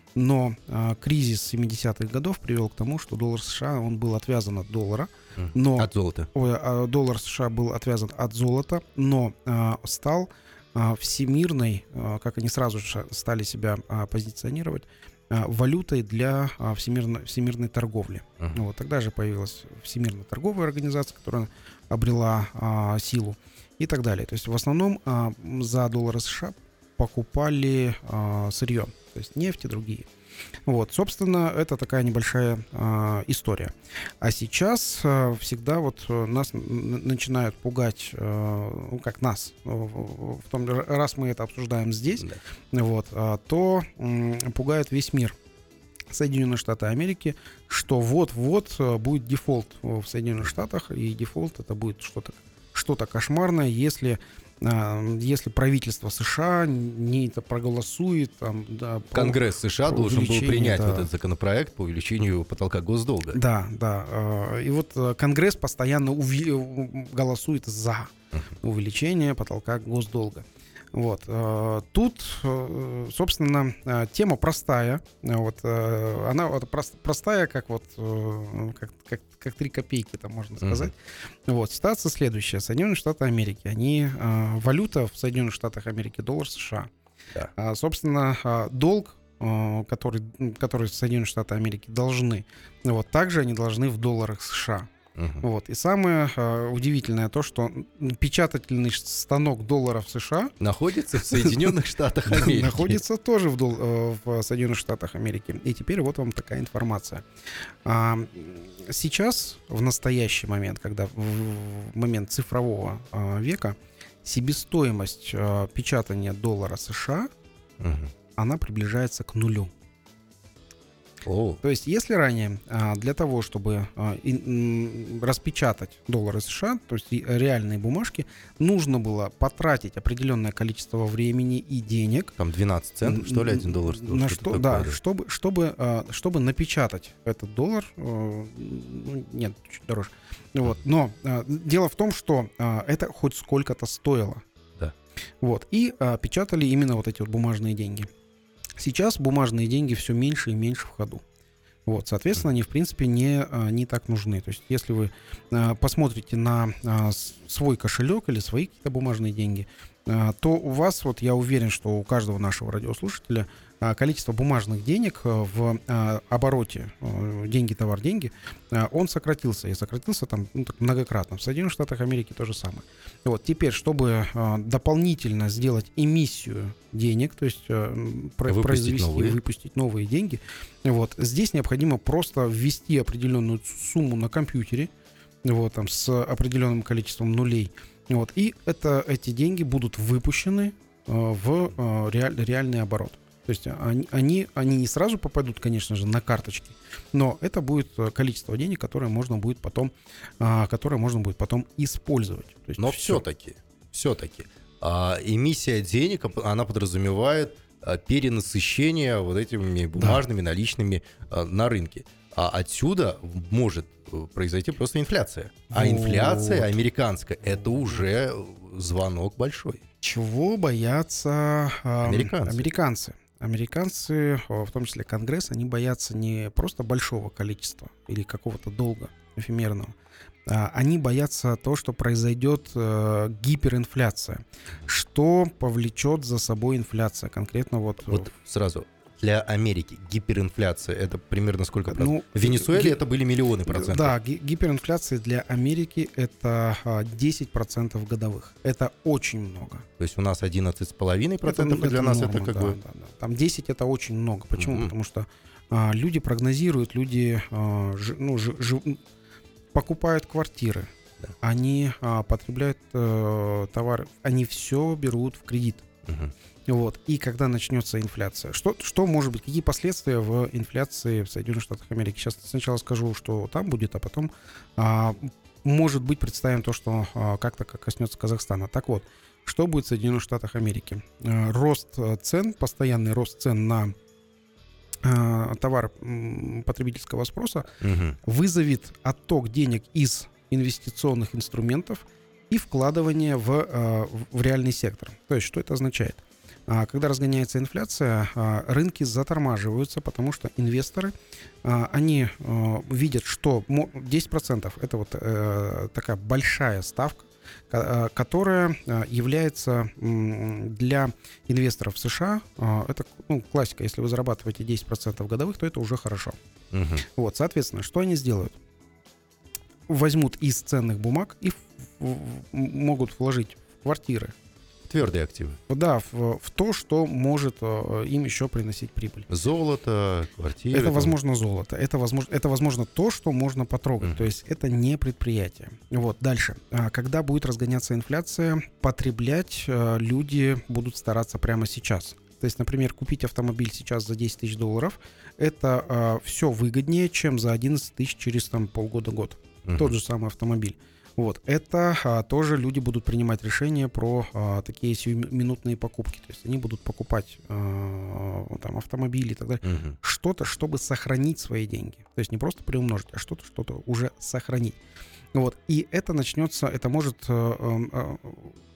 Но а, кризис семидесятых годов привел к тому, что доллар США, он был отвязан от доллара, но От золота. ой, а, доллар США был отвязан от золота, но а, стал а, всемирной, а, как они сразу же стали себя а, позиционировать, а, валютой для а, всемирной, всемирной торговли. Мгм. Вот, тогда же появилась Всемирная торговая организация, которая обрела а, силу и так далее. То есть в основном а, за доллары США покупали а, сырье, то есть нефть и другие. Вот, собственно, это такая небольшая а, история. А сейчас а, всегда вот а, нас н- начинают пугать, а, ну как нас, в, в том, раз мы это обсуждаем здесь, Да. вот, а, то м, пугает весь мир. Соединенные Штаты Америки, что вот-вот а, будет дефолт в Соединенных Штатах, и дефолт это будет что-то что-то кошмарное, если а, если правительство США не это проголосует, там, да, про- Конгресс США про должен был увеличение, принять да. этот законопроект по увеличению потолка госдолга. Да, да. э, И вот э, Конгресс постоянно уви- голосует за увеличение потолка госдолга. Вот. Тут, собственно, тема простая. Вот. Она вот простая, как вот как, как, как три копейки, там можно сказать. Uh-huh. Вот. Ситуация следующая. Соединенные Штаты Америки, они валюта в Соединенных Штатах Америки доллар США. Yeah. Собственно, долг, который, который Соединенные Штаты Америки должны, вот, также они должны в долларах США. Uh-huh. Вот. И самое э, удивительное то, что печатательный станок долларов США находится в Соединенных Штатах Америки. Находится тоже в, дол- э, в Соединенных Штатах Америки. И теперь вот вам такая информация. А, сейчас, в настоящий момент, когда в, в момент цифрового э, века, себестоимость э, печатания доллара США, uh-huh. она приближается к нулю. Oh. То есть, если ранее для того, чтобы распечатать доллары США, то есть реальные бумажки, нужно было потратить определенное количество времени и денег. Там двенадцать центов, что ли, один доллар стоил? На что, да, чтобы, чтобы, чтобы напечатать этот доллар, нет, чуть дороже. Вот. Но дело в том, что это хоть сколько-то стоило. Да. Вот. И печатали именно вот эти вот бумажные деньги. Сейчас бумажные деньги все меньше и меньше в ходу. Вот, соответственно, они, в принципе, не, не так нужны. То есть, если вы а, посмотрите на а, свой кошелек или свои какие-то бумажные деньги, а, то у вас, вот я уверен, что у каждого нашего радиослушателя а, количество бумажных денег в а, обороте, а, деньги, товар, деньги, а, он сократился. И сократился там ну, так многократно. В Соединенных Штатах Америки то же самое. Вот, теперь, чтобы а, дополнительно сделать эмиссию денег, то есть а, про- произвести и выпустить новые деньги, вот, здесь необходимо просто ввести определенную сумму на компьютере, вот, там, с определенным количеством нулей. Вот, и это, эти деньги будут выпущены а, в а, реаль, реальный оборот. То есть они, они, они не сразу попадут, конечно же, на карточки, но это будет количество денег, которое можно будет потом, а, которое можно будет потом использовать. То есть но все. все-таки, все-таки а, эмиссия денег, она подразумевает а, перенасыщение вот этими бумажными да. наличными а, на рынке. А отсюда может произойти просто инфляция. А вот. Инфляция американская — это уже звонок большой. Чего боятся э, американцы? американцы? Американцы, в том числе Конгресс, они боятся не просто большого количества или какого-то долга эфемерного. А они боятся того, что произойдет э, гиперинфляция. Что повлечет за собой инфляция? Конкретно вот... Вот сразу... Для Америки гиперинфляция — это примерно сколько процентов? Ну, в Венесуэле ги- это были миллионы процентов. Да, ги- гиперинфляция для Америки — это а, десять процентов годовых. Это очень много. То есть у нас одиннадцать целых пять десятых процента, это, и для это нас много, это как да, бы... Да, да. Там десять — это очень много. Почему? Mm-hmm. Потому что а, люди прогнозируют, люди а, ж, ну, ж, ж, покупают квартиры, да. они а, потребляют а, товары, они все берут в кредит. Mm-hmm. Вот. И когда начнется инфляция, что, что может быть, какие последствия в инфляции в Соединенных Штатах Америки? Сейчас сначала скажу, что там будет, а потом, а, может быть, представим то, что а, как-то коснется Казахстана. Так вот, что будет в Соединенных Штатах Америки? А, рост цен, постоянный рост цен на а, товары потребительского спроса угу. вызовет отток денег из инвестиционных инструментов и вкладывание в, в реальный сектор. То есть, что это означает? Когда разгоняется инфляция, рынки затормаживаются, потому что инвесторы, они видят, что десять процентов это вот такая большая ставка, которая является для инвесторов в США, это ну, классика, если вы зарабатываете десять процентов годовых, то это уже хорошо. Угу. Вот, соответственно, что они сделают? Возьмут из ценных бумаг и могут вложить в квартиры. Твердые активы. Да, в, в то, что может э, им еще приносить прибыль. Золото, квартиры. Это, там... возможно, золото. Это, возможно, это, возможно, то, что можно потрогать. Mm. То есть это не предприятие. Вот, дальше. А, когда будет разгоняться инфляция, потреблять э, люди будут стараться прямо сейчас. То есть, например, купить автомобиль сейчас за десять тысяч долларов, это э, все выгоднее, чем за одиннадцать тысяч через там, полгода-год. Mm-hmm. Тот же самый автомобиль. Вот. Это а, тоже люди будут принимать решения про а, такие сиюминутные покупки. То есть они будут покупать а, там, автомобили и так далее. Угу. Что-то, чтобы сохранить свои деньги. То есть не просто приумножить, а что-то, что-то уже сохранить. Вот. И это начнется, это может а, а,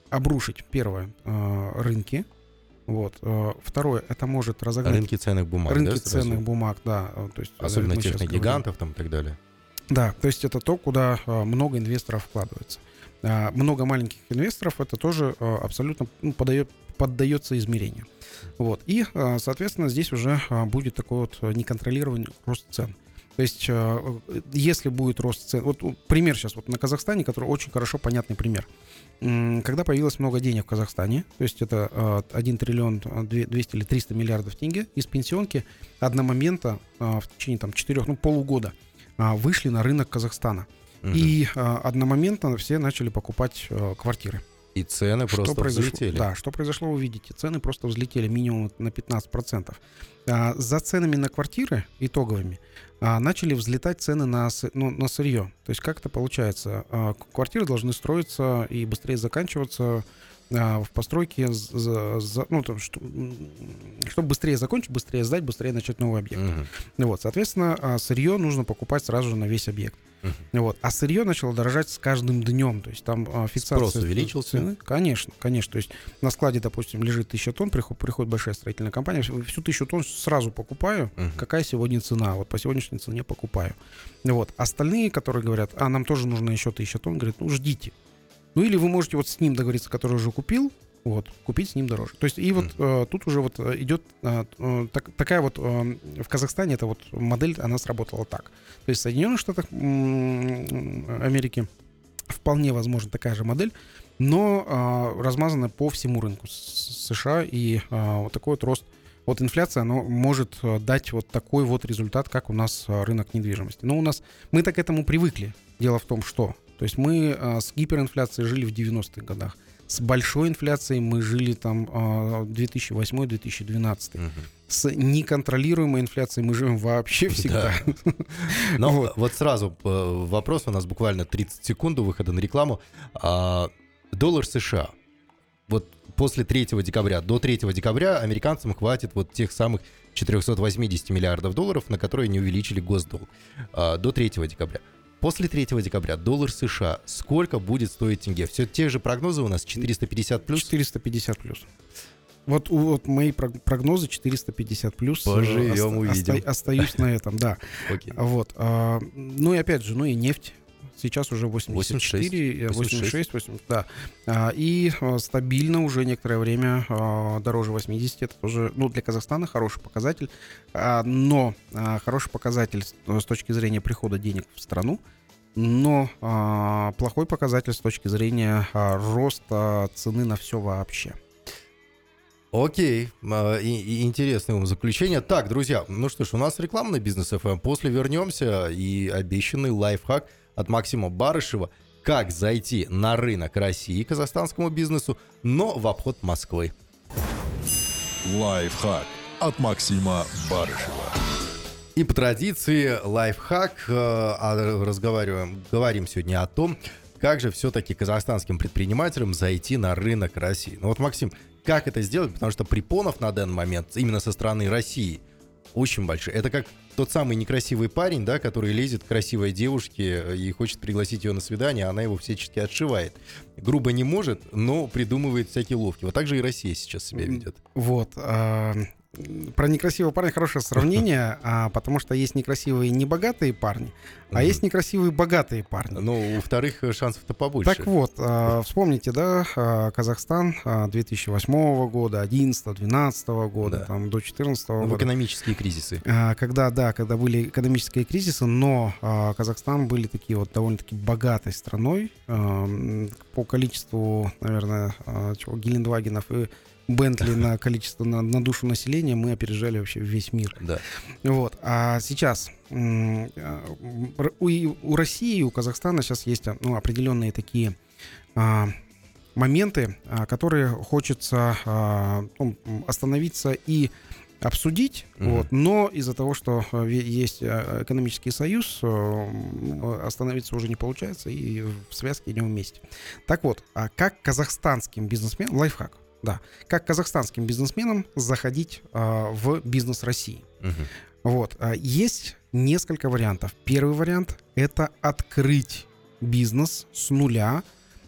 обрушить, первое, рынки. Вот. Второе, это может разогнать... Рынки ценных бумаг, Рынки да, ценных бумаг, да. То есть, особенно техногигантов там и так далее. Да, то есть это то, куда много инвесторов вкладывается. Много маленьких инвесторов, это тоже абсолютно ну, подает, поддается измерению. Вот. И, соответственно, здесь уже будет такой вот неконтролируемый рост цен. То есть, если будет рост цен... Вот пример сейчас вот на Казахстане, который очень хорошо понятный пример. Когда появилось много денег в Казахстане, то есть это один триллион двести или триста миллиардов тенге, из пенсионки одномоментно в течение там, четырех, ну, полугода вышли на рынок Казахстана. Угу. И одномоментно все начали покупать квартиры. И цены что просто произошло? взлетели. Да, что произошло, вы видите. Цены просто взлетели минимум на пятнадцать процентов. А, за ценами на квартиры итоговыми а, начали взлетать цены на, ну, на сырье. То есть как это получается? А, квартиры должны строиться и быстрее заканчиваться а, в постройке, за, за, ну, там, что, чтобы быстрее закончить, быстрее сдать, быстрее начать новый объект. Угу. Вот, соответственно, сырье нужно покупать сразу же на весь объект. Uh-huh. Вот. А сырье начало дорожать с каждым днем. То есть там а, фиксация... Спрос увеличился? Цены. Конечно, конечно. То есть на складе, допустим, лежит тысяча тонн, приходит, приходит большая строительная компания, всю тысячу тонн сразу покупаю. Uh-huh. Какая сегодня цена? Вот по сегодняшней цене покупаю. Вот. Остальные, которые говорят, а нам тоже нужно еще тысяча тонн, говорят, ну ждите. Ну или вы можете вот с ним договориться, который уже купил, вот, купить с ним дороже. То есть и вот mm. э, тут уже вот идет э, э, так, такая вот э, в Казахстане эта вот модель, она сработала так. То есть в Соединенных Штатах э, Америки вполне возможно такая же модель, но э, размазана по всему рынку США, и э, вот такой вот рост, вот инфляция, она может дать вот такой вот результат, как у нас рынок недвижимости. Но у нас, мы так к этому привыкли. Дело в том, что, то есть мы э, с гиперинфляцией жили в девяностых годах. С большой инфляцией мы жили там две тысячи восьмой - две тысячи двенадцатый. Угу. С неконтролируемой инфляцией мы живем вообще всегда. Да. Но вот. вот сразу вопрос, у нас буквально тридцать секунд до выхода на рекламу. А, доллар США. Вот после третьего декабря, до третьего декабря американцам хватит вот тех самых четыреста восемьдесят миллиардов долларов, на которые не увеличили госдолг. А, до третьего декабря. После третьего декабря доллар США сколько будет стоить тенге? Все те же прогнозы у нас четыреста пятьдесят плюс? четыреста пятьдесят плюс. Вот, вот мои прогнозы четыреста пятьдесят плюс. Поживем, оста- увидим. Оста- остаюсь на этом, да. Okay. Вот. А, ну и опять же, ну и нефть. Сейчас уже восемьдесят четыре, восемьдесят шесть, восемьдесят, да. А, и а, стабильно уже некоторое время а, дороже восьмидесяти. Это тоже, ну, для Казахстана хороший показатель. А, но а, хороший показатель с, с точки зрения прихода денег в страну. Но а, плохой показатель с точки зрения а, роста цены на все вообще. Окей, и, и интересное вам заключение. Так, друзья, ну что ж, у нас рекламный бизнес эф эм. После вернемся и обещанный лайфхак от Максима Барышева, как зайти на рынок России казахстанскому бизнесу, но в обход Москвы. Лайфхак от Максима Барышева. И по традиции лайфхак, э, разговариваем, говорим сегодня о том, как же все-таки казахстанским предпринимателям зайти на рынок России. Ну вот, Максим, как это сделать? Потому что препонов на данный момент именно со стороны России очень большие. Это как тот самый некрасивый парень, да, который лезет к красивой девушке и хочет пригласить ее на свидание, а она его всячески отшивает. Грубо не может, но придумывает всякие ловки. Вот так же и Россия сейчас себя ведет. Вот. Про некрасивого парня хорошее сравнение, а, потому что есть некрасивые небогатые парни, а mm-hmm. есть некрасивые богатые парни. Ну, у вторых шансов-то побольше. Так вот, а, вспомните, да, Казахстан две тысячи восьмого года, одиннадцатого, двенадцатого года, да. там, до четырнадцатого ну, года. В экономические кризисы. А, когда, да, когда были экономические кризисы, но а, Казахстан были такие вот довольно-таки богатой страной а, по количеству, наверное, а, чего, Гелендвагенов и Бентли на количество, на, на душу населения мы опережали вообще весь мир. Да. Вот. А сейчас у, у России, у Казахстана сейчас есть ну, определенные такие а, моменты, а, которые хочется а, ну, остановиться и обсудить, mm-hmm. вот, но из-за того, что есть экономический союз, остановиться уже не получается, и в связке идем вместе. Так вот, а как казахстанским бизнесменам, лайфхак, да, как казахстанским бизнесменам заходить а, в бизнес России. Uh-huh. Вот. А, есть несколько вариантов. Первый вариант — это открыть бизнес с нуля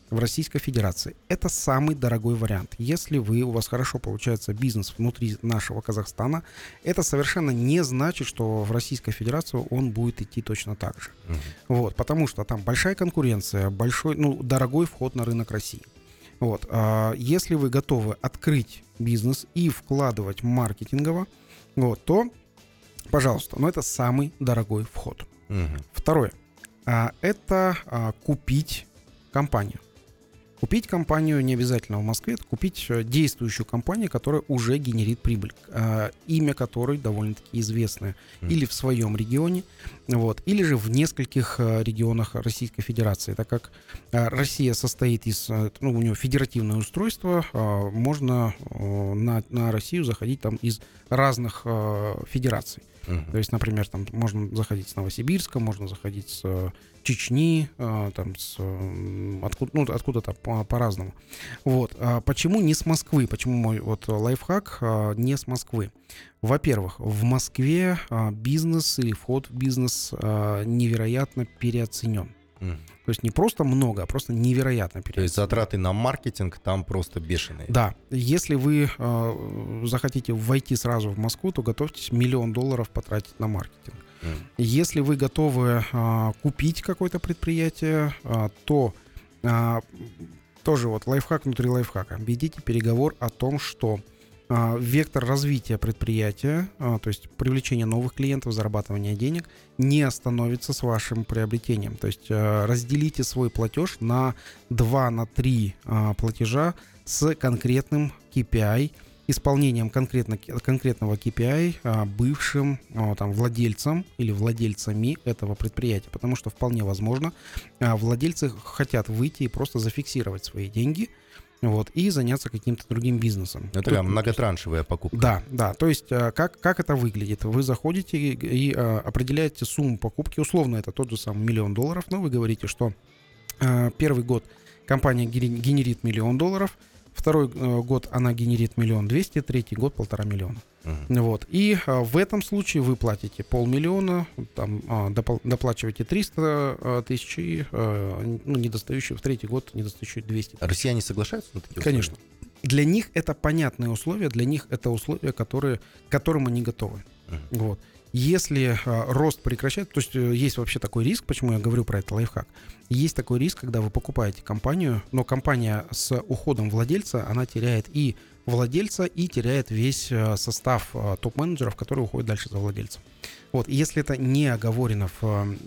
в Российской Федерации. Это самый дорогой вариант. Если вы, у вас хорошо получается бизнес внутри нашего Казахстана, это совершенно не значит, что в Российской Федерации он будет идти точно так же. Uh-huh. Вот, потому что там большая конкуренция, большой, ну, дорогой вход на рынок России. Вот, а если вы готовы открыть бизнес и вкладывать маркетингово, вот, то, пожалуйста, но это самый дорогой вход. Uh-huh. Второе. А, это а, купить компанию. Купить компанию не обязательно в Москве, это купить действующую компанию, которая уже генерит прибыль, э, имя которой довольно-таки известное mm. или в своем регионе, вот, или же в нескольких э, регионах Российской Федерации. Так как э, Россия состоит из, э, ну, у нее федеративное устройство, э, можно э, на, на Россию заходить там из разных э, федераций. Mm-hmm. То есть, например, там можно заходить с Новосибирска, можно заходить с э, Чечни, э, там, с, э, откуда, ну, откуда-то по- по-разному. Вот. А почему не с Москвы? Почему мой вот лайфхак э, не с Москвы? Во-первых, в Москве э, бизнес или вход в бизнес э, невероятно переоценен. Mm. То есть не просто много, а просто невероятно переоценен. То есть затраты на маркетинг там просто бешеные. Да. Если вы э, захотите войти сразу в Москву, то готовьтесь миллион долларов потратить на маркетинг. Mm. Если вы готовы э, купить какое-то предприятие, э, то э, тоже вот лайфхак внутри лайфхака. Ведите переговор о том, что э, вектор развития предприятия, э, то есть привлечение новых клиентов, зарабатывание денег, не остановится с вашим приобретением. То есть э, разделите свой платеж на два-три э, платежа с конкретным кей пи ай, исполнением конкретно, конкретного кей пи ай а, бывшим а, там, владельцам или владельцами этого предприятия. Потому что вполне возможно, а, владельцы хотят выйти и просто зафиксировать свои деньги, вот, и заняться каким-то другим бизнесом. Это такая многотраншевая покупка. Да, да. То есть а, как, как это выглядит? Вы заходите и, и а, определяете сумму покупки. Условно это тот же самый миллион долларов, но вы говорите, что а, первый год компания генерит миллион долларов, второй э, год она генерит миллион двести, третий год полтора миллиона. Uh-huh. Вот. И э, в этом случае вы платите полмиллиона, там, э, допол- доплачиваете триста э, тысяч, и, э, ну, недостающие, в третий год недостающие двести тысяч. Россияне соглашаются на такие Конечно. условия? Для них это понятные условия, для них это условия, которые, к которым они готовы. Uh-huh. Вот. Если э, рост прекращается, то есть э, есть вообще такой риск, почему я говорю про это лайфхак, есть такой риск, когда вы покупаете компанию, но компания с уходом владельца, она теряет и владельца, и теряет весь э, состав э, топ-менеджеров, которые уходят дальше за владельцем. Вот. И если это не оговорено в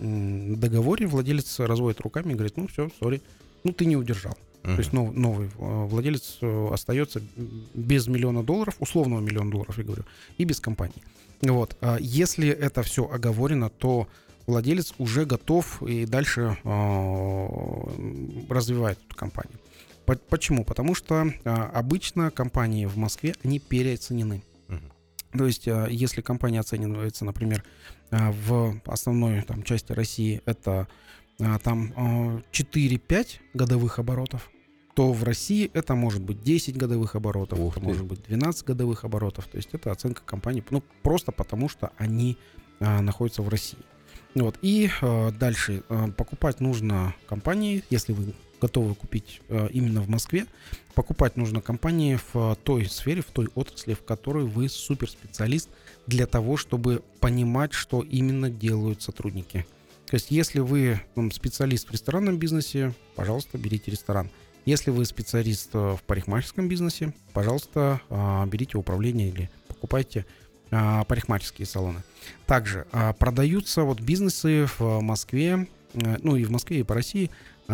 э, договоре, владелец разводит руками и говорит, ну все, сори, ну ты не удержал. Uh-huh. То есть нов, новый э, владелец э, остается без миллиона долларов, условного миллиона долларов, я говорю, и без компании. Вот. Если это все оговорено, то владелец уже готов и дальше э, развивает эту компанию. Почему? Потому что э, обычно компании в Москве, они переоценены. Uh-huh. То есть э, если компания оценивается, например, э, в основной там, части России это э, там э, четыре-пять годовых оборотов, то в России это может быть десять годовых оборотов, Ух это ты. может быть двенадцать годовых оборотов. То есть это оценка компании, ну, просто потому что они а, находятся в России. Вот. И а, дальше а, покупать нужно компании, если вы готовы купить а, именно в Москве, покупать нужно компании в той сфере, в той отрасли, в которой вы суперспециалист, для того, чтобы понимать, что именно делают сотрудники. То есть если вы ну, специалист в ресторанном бизнесе, пожалуйста, берите ресторан. Если вы специалист в парикмахерском бизнесе, пожалуйста, берите управление или покупайте парикмахерские салоны. Также продаются вот бизнесы в Москве, ну и в Москве, и по России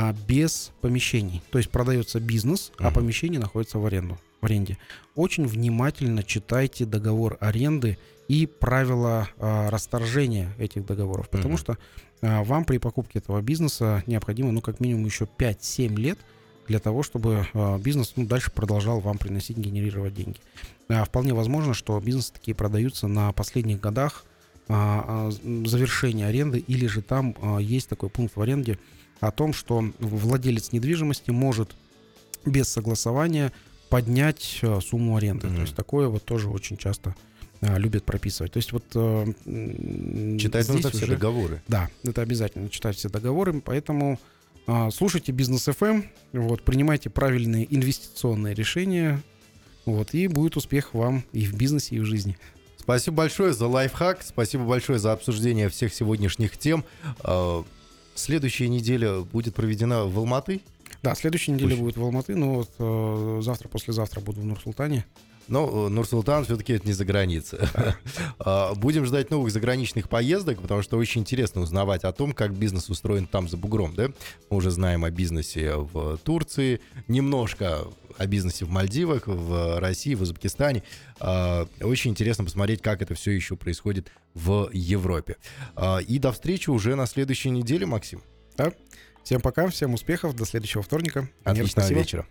без помещений. То есть продается бизнес, uh-huh. а помещение находится в аренду, в аренде. Очень внимательно читайте договор аренды и правила расторжения этих договоров, потому uh-huh. что вам при покупке этого бизнеса необходимо, ну, как минимум еще пять-семь лет для того, чтобы э, бизнес ну, дальше продолжал вам приносить, генерировать деньги. А, вполне возможно, что бизнесы такие продаются на последних годах а, а, завершения аренды, или же там а, есть такой пункт в аренде о том, что владелец недвижимости может без согласования поднять а, сумму аренды. Mm-hmm. То есть такое вот тоже очень часто а, любят прописывать. То есть вот а, читать нужно все уже, договоры. Да, это обязательно читать все договоры, поэтому А, Слушайте Бизнес эф эм, вот, принимайте правильные инвестиционные решения, вот, и будет успех вам и в бизнесе, и в жизни. Спасибо большое за лайфхак, спасибо большое за обсуждение всех сегодняшних тем. А, Следующая неделя будет проведена в Алматы. Да, следующая неделя Очень. будет в Алматы, но вот э, завтра, послезавтра буду в Нур-Султане. Но э, Нур-Султан все-таки это не за границей. А, Будем ждать новых заграничных поездок, потому что очень интересно узнавать о том, как бизнес устроен там за бугром. Да? Мы уже знаем о бизнесе в Турции, немножко о бизнесе в Мальдивах, в России, в Узбекистане. А, Очень интересно посмотреть, как это все еще происходит в Европе. А, И до встречи уже на следующей неделе, Максим. Да? Всем пока, всем успехов, до следующего вторника. Амир, Отличного спасибо. вечера.